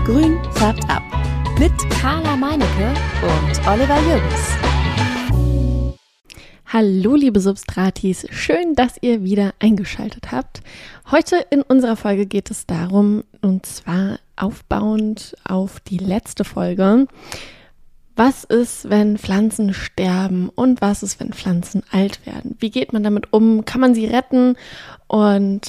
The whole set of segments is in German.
Grün färbt ab. Mit Carla Meinecke und Oliver Jürgens. Hallo liebe Substratis, schön, dass ihr wieder eingeschaltet habt. Heute in unserer Folge geht es darum, und zwar aufbauend auf die letzte Folge, was ist, wenn Pflanzen sterben und was ist, wenn Pflanzen alt werden? Wie geht man damit um? Kann man sie retten? Und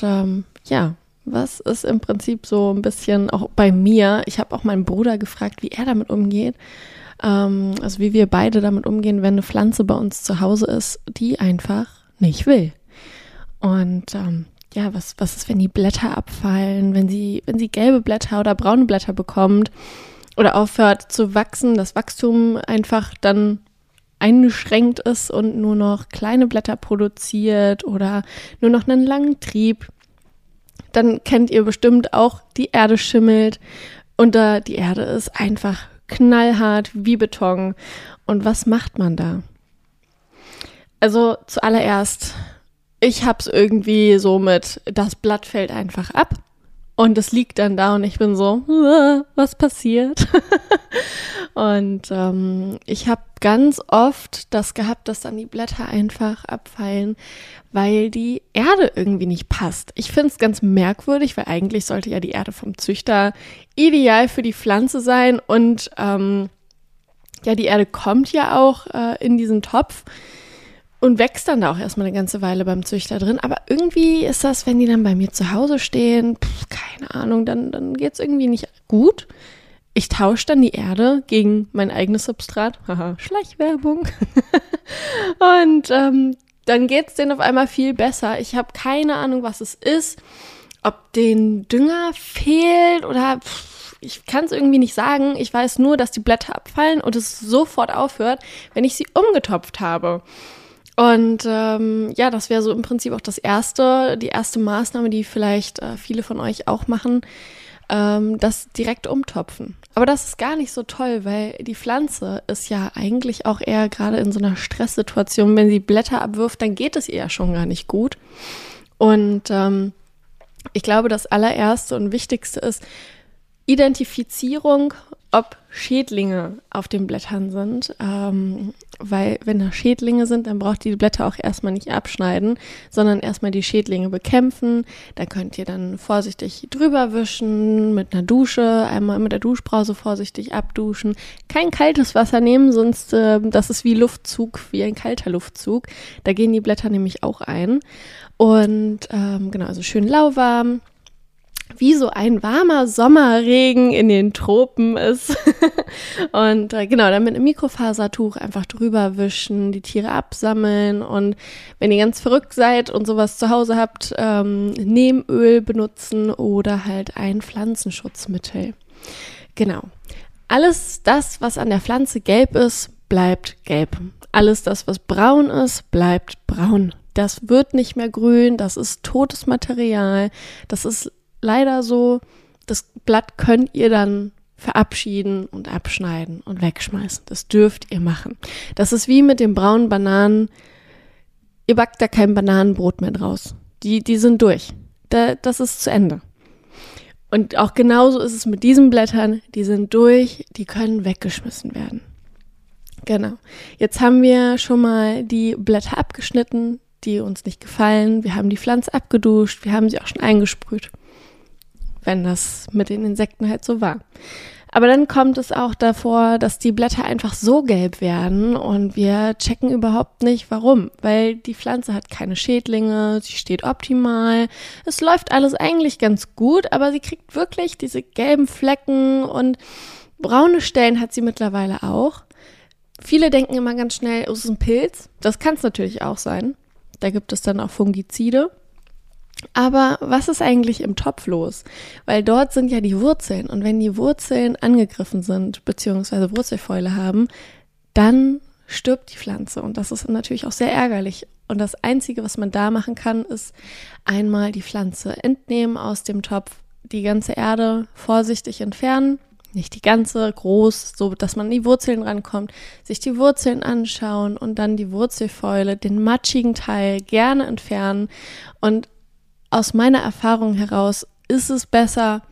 was ist im Prinzip so ein bisschen auch bei mir? Ich habe auch meinen Bruder gefragt, wie er damit umgeht. Also wie wir beide damit umgehen, wenn eine Pflanze bei uns zu Hause ist, die einfach nicht will. Und was ist, wenn die Blätter abfallen, wenn sie gelbe Blätter oder braune Blätter bekommt oder aufhört zu wachsen, das Wachstum einfach dann eingeschränkt ist und nur noch kleine Blätter produziert oder nur noch einen langen Trieb. Dann kennt ihr bestimmt auch, die Erde schimmelt und die Erde ist einfach knallhart wie Beton. Und was macht man da? Also zuallererst, ich hab's irgendwie so mit, das Blatt fällt einfach ab und es liegt dann da und ich bin so, was passiert? Und ich habe ganz oft das gehabt, dass dann die Blätter einfach abfallen, weil die Erde irgendwie nicht passt. Ich finde es ganz merkwürdig, weil eigentlich sollte ja die Erde vom Züchter ideal für die Pflanze sein und die Erde kommt ja auch in diesen Topf und wächst dann da auch erstmal eine ganze Weile beim Züchter drin. Aber irgendwie ist das, wenn die dann bei mir zu Hause stehen, keine Ahnung, dann geht es irgendwie nicht gut. Ich tausche dann die Erde gegen mein eigenes Substrat. Haha, Schleichwerbung. Und dann geht es denen auf einmal viel besser. Ich habe keine Ahnung, was es ist. Ob den Dünger fehlt oder ich kann es irgendwie nicht sagen. Ich weiß nur, dass die Blätter abfallen und es sofort aufhört, wenn ich sie umgetopft habe. Und das wäre so im Prinzip auch die erste Maßnahme, die vielleicht viele von euch auch machen, das direkt umtopfen. Aber das ist gar nicht so toll, weil die Pflanze ist ja eigentlich auch eher gerade in so einer Stresssituation. Wenn sie Blätter abwirft, dann geht es ihr ja schon gar nicht gut. Und ich glaube, das allererste und wichtigste ist Identifizierung, ob Schädlinge auf den Blättern sind, weil wenn da Schädlinge sind, dann braucht ihr die Blätter auch erstmal nicht abschneiden, sondern erstmal die Schädlinge bekämpfen. Da könnt ihr dann vorsichtig drüber wischen, mit einer Dusche, einmal mit der Duschbrause vorsichtig abduschen. Kein kaltes Wasser nehmen, sonst das ist wie ein kalter Luftzug. Da gehen die Blätter nämlich auch ein. Und also schön lauwarm. Wie so ein warmer Sommerregen in den Tropen ist. Und dann mit einem Mikrofasertuch einfach drüber wischen, die Tiere absammeln und wenn ihr ganz verrückt seid und sowas zu Hause habt, Neemöl benutzen oder halt ein Pflanzenschutzmittel. Genau. Alles das, was an der Pflanze gelb ist, bleibt gelb. Alles das, was braun ist, bleibt braun. Das wird nicht mehr grün, das ist totes Material, das ist leider so, das Blatt könnt ihr dann verabschieden und abschneiden und wegschmeißen. Das dürft ihr machen. Das ist wie mit den braunen Bananen. Ihr backt da kein Bananenbrot mehr draus. Die sind durch. Das ist zu Ende. Und auch genauso ist es mit diesen Blättern. Die sind durch, die können weggeschmissen werden. Genau. Jetzt haben wir schon mal die Blätter abgeschnitten, die uns nicht gefallen. Wir haben die Pflanze abgeduscht. Wir haben sie auch schon eingesprüht, wenn das mit den Insekten halt so war. Aber dann kommt es auch davor, dass die Blätter einfach so gelb werden und wir checken überhaupt nicht, warum. Weil die Pflanze hat keine Schädlinge, sie steht optimal, es läuft alles eigentlich ganz gut, aber sie kriegt wirklich diese gelben Flecken und braune Stellen hat sie mittlerweile auch. Viele denken immer ganz schnell, es ist ein Pilz. Das kann es natürlich auch sein. Da gibt es dann auch Fungizide. Aber was ist eigentlich im Topf los? Weil dort sind ja die Wurzeln und wenn die Wurzeln angegriffen sind bzw. Wurzelfäule haben, dann stirbt die Pflanze und das ist natürlich auch sehr ärgerlich. Und das Einzige, was man da machen kann, ist einmal die Pflanze entnehmen aus dem Topf, die ganze Erde vorsichtig entfernen, nicht die ganze, groß, so dass man an die Wurzeln rankommt, sich die Wurzeln anschauen und dann die Wurzelfäule, den matschigen Teil gerne entfernen und aus meiner Erfahrung heraus ist es besser,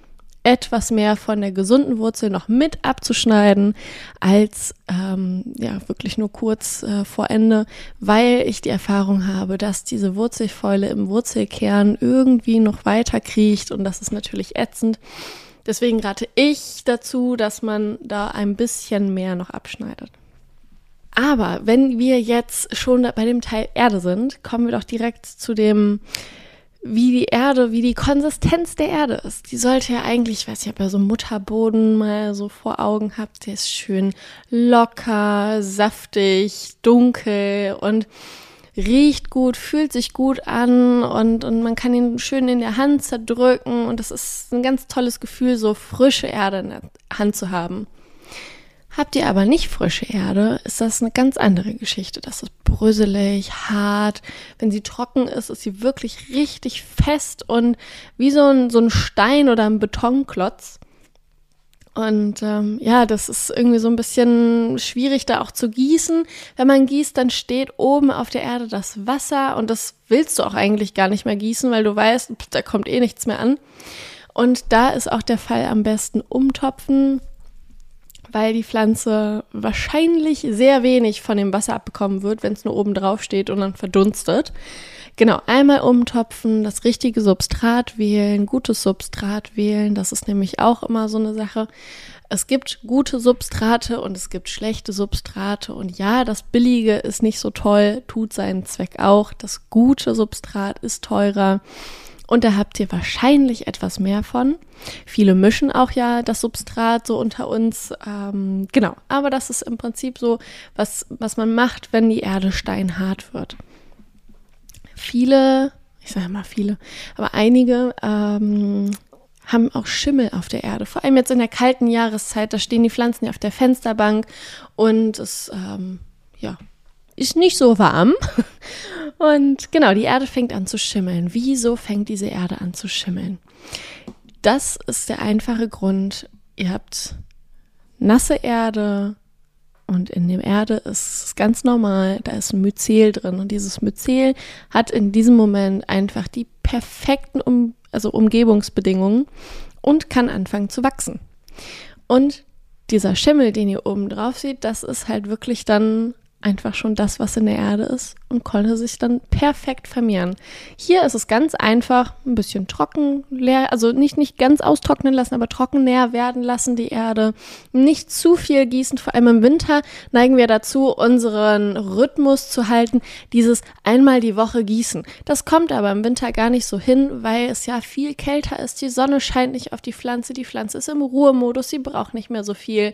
etwas mehr von der gesunden Wurzel noch mit abzuschneiden, als wirklich nur kurz vor Ende, weil ich die Erfahrung habe, dass diese Wurzelfäule im Wurzelkern irgendwie noch weiter kriecht und das ist natürlich ätzend. Deswegen rate ich dazu, dass man da ein bisschen mehr noch abschneidet. Aber wenn wir jetzt schon bei dem Teil Erde sind, kommen wir doch direkt zu dem, wie die Konsistenz der Erde ist. Die sollte ja eigentlich, ich weiß nicht, ob ihr so Mutterboden mal so vor Augen habt, der ist schön locker, saftig, dunkel und riecht gut, fühlt sich gut an und man kann ihn schön in der Hand zerdrücken und das ist ein ganz tolles Gefühl, so frische Erde in der Hand zu haben. Habt ihr aber nicht frische Erde, ist das eine ganz andere Geschichte. Das ist bröselig, hart. Wenn sie trocken ist, ist sie wirklich richtig fest und wie so ein Stein oder ein Betonklotz. Und das ist irgendwie so ein bisschen schwierig, da auch zu gießen. Wenn man gießt, dann steht oben auf der Erde das Wasser und das willst du auch eigentlich gar nicht mehr gießen, weil du weißt, da kommt eh nichts mehr an. Und da ist auch der Fall am besten umtopfen, weil die Pflanze wahrscheinlich sehr wenig von dem Wasser abbekommen wird, wenn es nur oben drauf steht und dann verdunstet. Genau, einmal umtopfen, das richtige Substrat wählen, gutes Substrat wählen, das ist nämlich auch immer so eine Sache. Es gibt gute Substrate und es gibt schlechte Substrate und ja, das Billige ist nicht so toll, tut seinen Zweck auch. Das gute Substrat ist teurer. Und da habt ihr wahrscheinlich etwas mehr von. Viele mischen auch ja das Substrat so unter uns. Genau, aber das ist im Prinzip so, was man macht, wenn die Erde steinhart wird. Aber einige haben auch Schimmel auf der Erde. Vor allem jetzt in der kalten Jahreszeit, da stehen die Pflanzen ja auf der Fensterbank und es ist nicht so warm. Und genau, die Erde fängt an zu schimmeln. Wieso fängt diese Erde an zu schimmeln? Das ist der einfache Grund. Ihr habt nasse Erde und in der Erde ist es ganz normal, da ist ein Myzel drin. Und dieses Myzel hat in diesem Moment einfach die perfekten Umgebungsbedingungen und kann anfangen zu wachsen. Und dieser Schimmel, den ihr oben drauf seht, das ist halt wirklich dann einfach schon das, was in der Erde ist und konnte sich dann perfekt vermehren. Hier ist es ganz einfach, ein bisschen trocken, leer, also nicht ganz austrocknen lassen, aber trocken näher werden lassen die Erde. Nicht zu viel gießen, vor allem im Winter neigen wir dazu, unseren Rhythmus zu halten, dieses einmal die Woche gießen. Das kommt aber im Winter gar nicht so hin, weil es ja viel kälter ist, die Sonne scheint nicht auf die Pflanze ist im Ruhemodus, sie braucht nicht mehr so viel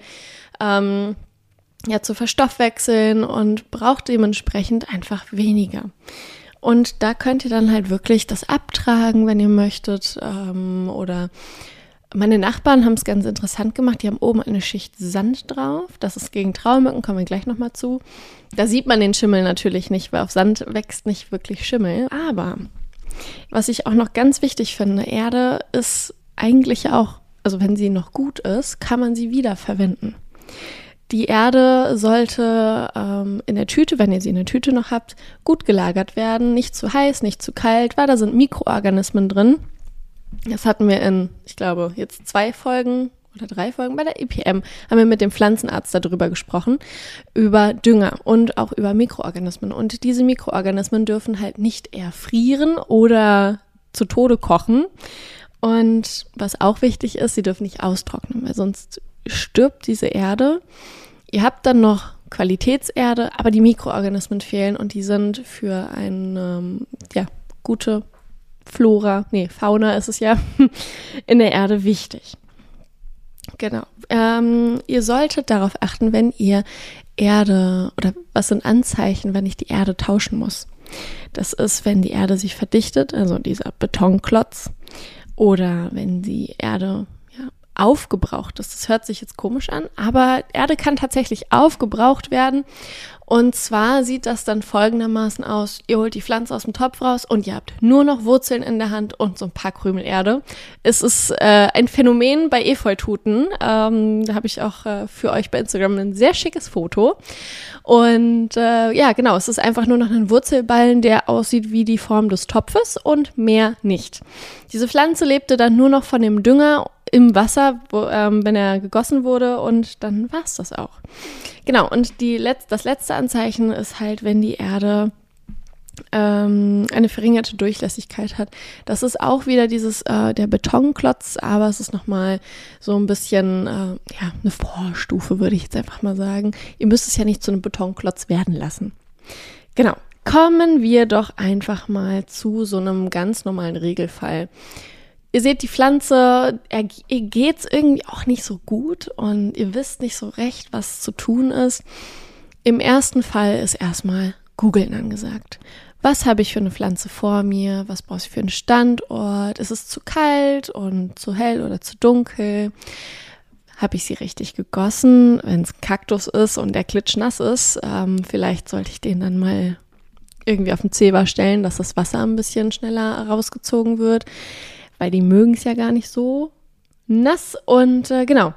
zu verstoffwechseln und braucht dementsprechend einfach weniger. Und da könnt ihr dann halt wirklich das abtragen, wenn ihr möchtet. Oder meine Nachbarn haben es ganz interessant gemacht. Die haben oben eine Schicht Sand drauf. Das ist gegen Trauermücken, kommen wir gleich nochmal zu. Da sieht man den Schimmel natürlich nicht, weil auf Sand wächst nicht wirklich Schimmel. Aber was ich auch noch ganz wichtig finde, Erde ist eigentlich auch, also wenn sie noch gut ist, kann man sie wiederverwenden. Die Erde sollte in der Tüte, wenn ihr sie in der Tüte noch habt, gut gelagert werden. Nicht zu heiß, nicht zu kalt, weil da sind Mikroorganismen drin. Das hatten wir in, ich glaube, jetzt 2 Folgen oder 3 Folgen bei der EPM, haben wir mit dem Pflanzenarzt darüber gesprochen, über Dünger und auch über Mikroorganismen. Und diese Mikroorganismen dürfen halt nicht erfrieren oder zu Tode kochen. Und was auch wichtig ist, sie dürfen nicht austrocknen, weil sonst stirbt diese Erde. Ihr habt dann noch Qualitätserde, aber die Mikroorganismen fehlen und die sind für eine gute Fauna ist es ja, in der Erde wichtig. Genau. Ihr solltet darauf achten, wenn ihr Erde oder was sind Anzeichen, wenn ich die Erde tauschen muss. Das ist, wenn die Erde sich verdichtet, also dieser Betonklotz, oder wenn die Erde aufgebraucht ist. Das hört sich jetzt komisch an, aber Erde kann tatsächlich aufgebraucht werden. Und zwar sieht das dann folgendermaßen aus. Ihr holt die Pflanze aus dem Topf raus und ihr habt nur noch Wurzeln in der Hand und so ein paar Krümel Erde. Es ist ein Phänomen bei Efeututen. Da habe ich auch für euch bei Instagram ein sehr schickes Foto. Und genau, es ist einfach nur noch ein Wurzelballen, der aussieht wie die Form des Topfes und mehr nicht. Diese Pflanze lebte dann nur noch von dem Dünger im Wasser, wenn er gegossen wurde, und dann war es das auch. Genau, und das letzte Anzeichen ist halt, wenn die Erde eine verringerte Durchlässigkeit hat. Das ist auch wieder der Betonklotz, aber es ist nochmal so ein bisschen, eine Vorstufe, würde ich jetzt einfach mal sagen. Ihr müsst es ja nicht zu einem Betonklotz werden lassen. Genau. Kommen wir doch einfach mal zu so einem ganz normalen Regelfall. Ihr seht, die Pflanze, ihr geht's irgendwie auch nicht so gut und ihr wisst nicht so recht, was zu tun ist. Im ersten Fall ist erstmal Googeln angesagt. Was habe ich für eine Pflanze vor mir? Was brauche ich für einen Standort? Ist es zu kalt und zu hell oder zu dunkel? Habe ich sie richtig gegossen? Wenn es ein Kaktus ist und der klitschnass ist, vielleicht sollte ich den dann mal irgendwie auf den Zewa stellen, dass das Wasser ein bisschen schneller rausgezogen wird, weil die mögen es ja gar nicht so nass. Und genau,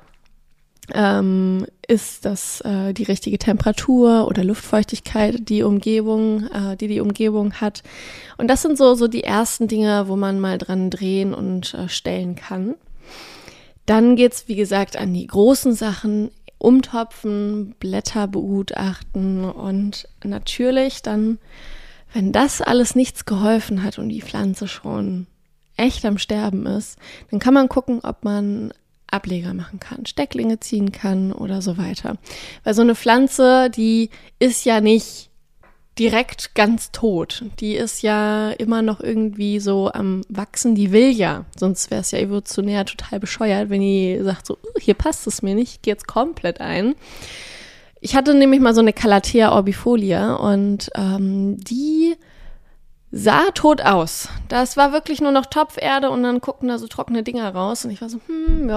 ist das die richtige Temperatur oder Luftfeuchtigkeit, die Umgebung hat. Und das sind so die ersten Dinge, wo man mal dran drehen und stellen kann. Dann geht's, wie gesagt, an die großen Sachen, umtopfen, Blätter begutachten und natürlich dann, wenn das alles nichts geholfen hat und die Pflanze schon echt am Sterben ist, dann kann man gucken, ob man Ableger machen kann, Stecklinge ziehen kann oder so weiter. Weil so eine Pflanze, die ist ja nicht direkt ganz tot. Die ist ja immer noch irgendwie so am Wachsen, die will ja. Sonst wäre es ja evolutionär total bescheuert, wenn die sagt so, hier passt es mir nicht, ich gehe jetzt komplett ein. Ich hatte nämlich mal so eine Calathea orbifolia und die sah tot aus. Das war wirklich nur noch Topferde und dann guckten da so trockene Dinger raus und ich war so,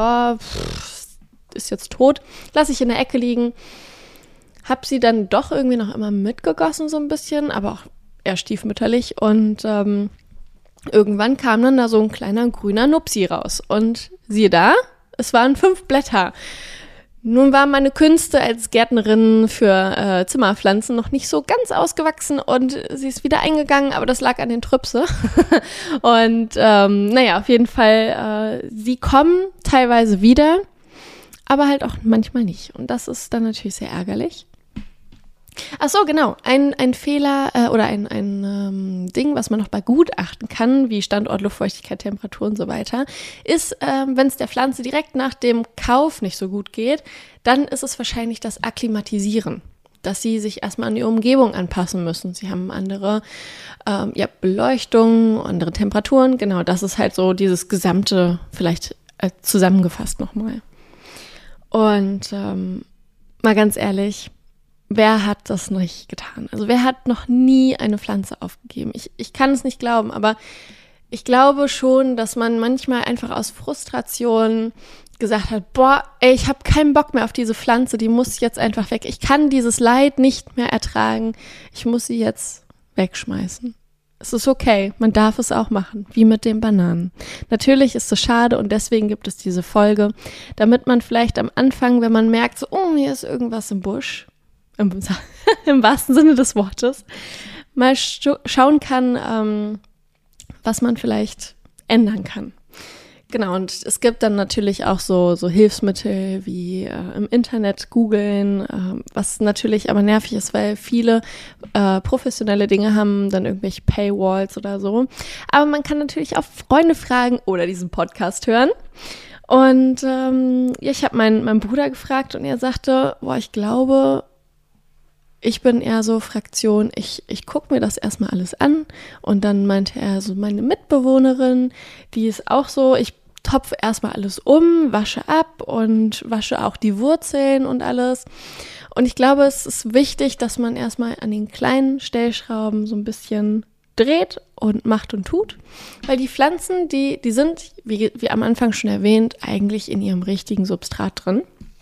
ist jetzt tot, lasse ich in der Ecke liegen. Hab sie dann doch irgendwie noch immer mitgegossen so ein bisschen, aber auch eher stiefmütterlich und irgendwann kam dann da so ein kleiner grüner Nupsi raus und siehe da, es waren 5 Blätter. Nun waren meine Künste als Gärtnerin für Zimmerpflanzen noch nicht so ganz ausgewachsen und sie ist wieder eingegangen, aber das lag an den Trüpse. Und auf jeden Fall, sie kommen teilweise wieder, aber halt auch manchmal nicht. Und das ist dann natürlich sehr ärgerlich. Ach so, genau. Ein Fehler oder ein Ding, was man noch begutachten kann, wie Standort, Luftfeuchtigkeit, Temperatur und so weiter, ist, wenn es der Pflanze direkt nach dem Kauf nicht so gut geht, dann ist es wahrscheinlich das Akklimatisieren, dass sie sich erstmal an die Umgebung anpassen müssen. Sie haben andere Beleuchtung, andere Temperaturen. Genau, das ist halt so dieses Gesamte vielleicht zusammengefasst nochmal. Und mal ganz ehrlich, wer hat das nicht getan? Also wer hat noch nie eine Pflanze aufgegeben? Ich kann es nicht glauben, aber ich glaube schon, dass man manchmal einfach aus Frustration gesagt hat, ich habe keinen Bock mehr auf diese Pflanze, die muss jetzt einfach weg. Ich kann dieses Leid nicht mehr ertragen. Ich muss sie jetzt wegschmeißen. Es ist okay, man darf es auch machen, wie mit den Bananen. Natürlich ist es schade und deswegen gibt es diese Folge, damit man vielleicht am Anfang, wenn man merkt, so, hier ist irgendwas im Busch, im wahrsten Sinne des Wortes, mal schauen kann, was man vielleicht ändern kann. Genau, und es gibt dann natürlich auch so Hilfsmittel wie im Internet googeln, was natürlich aber nervig ist, weil viele professionelle Dinge haben dann irgendwelche Paywalls oder so. Aber man kann natürlich auch Freunde fragen oder diesen Podcast hören. Und ich habe meinen Bruder gefragt und er sagte, ich glaube, ich bin eher so Fraktion, ich gucke mir das erstmal alles an und dann meinte er so, meine Mitbewohnerin, die ist auch so, ich topfe erstmal alles um, wasche ab und wasche auch die Wurzeln und alles. Und ich glaube, es ist wichtig, dass man erstmal an den kleinen Stellschrauben so ein bisschen dreht und macht und tut, weil die Pflanzen, die sind, wie am Anfang schon erwähnt, eigentlich in ihrem richtigen Substrat drin.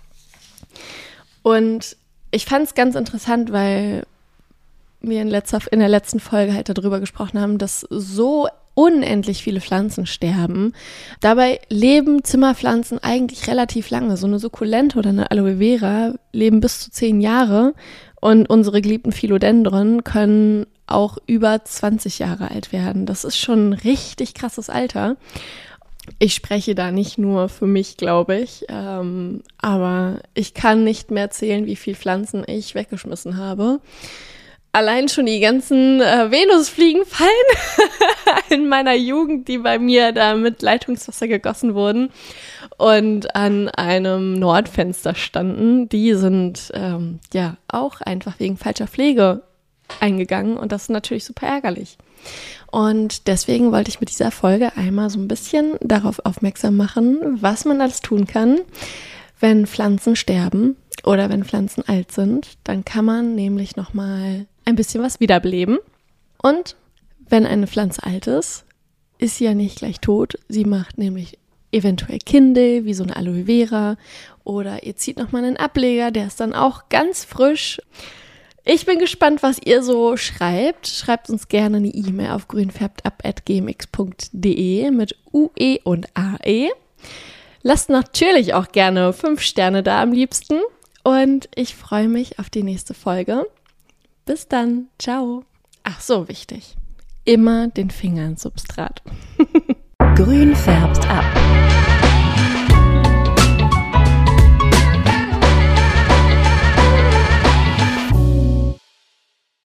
Und ich fand es ganz interessant, weil wir in der letzten Folge halt darüber gesprochen haben, dass so unendlich viele Pflanzen sterben. Dabei leben Zimmerpflanzen eigentlich relativ lange. So eine Sukkulente oder eine Aloe Vera leben bis zu 10 Jahre und unsere geliebten Philodendron können auch über 20 Jahre alt werden. Das ist schon ein richtig krasses Alter. Ich spreche da nicht nur für mich, glaube ich, aber ich kann nicht mehr zählen, wie viele Pflanzen ich weggeschmissen habe. Allein schon die ganzen Venusfliegen fallen in meiner Jugend, die bei mir da mit Leitungswasser gegossen wurden und an einem Nordfenster standen. Die sind auch einfach wegen falscher Pflege eingegangen und das ist natürlich super ärgerlich. Und deswegen wollte ich mit dieser Folge einmal so ein bisschen darauf aufmerksam machen, was man alles tun kann, wenn Pflanzen sterben oder wenn Pflanzen alt sind. Dann kann man nämlich nochmal ein bisschen was wiederbeleben. Und wenn eine Pflanze alt ist, ist sie ja nicht gleich tot. Sie macht nämlich eventuell Kinde, wie so eine Aloe Vera. Oder ihr zieht nochmal einen Ableger, der ist dann auch ganz frisch. Ich bin gespannt, was ihr so schreibt. Schreibt uns gerne eine E-Mail auf grünfärbtab@gmx.de mit UE und AE. Lasst natürlich auch gerne 5 Sterne da am liebsten. Und ich freue mich auf die nächste Folge. Bis dann. Ciao. Ach so, wichtig. Immer den Finger ins Substrat. Grün färbt ab.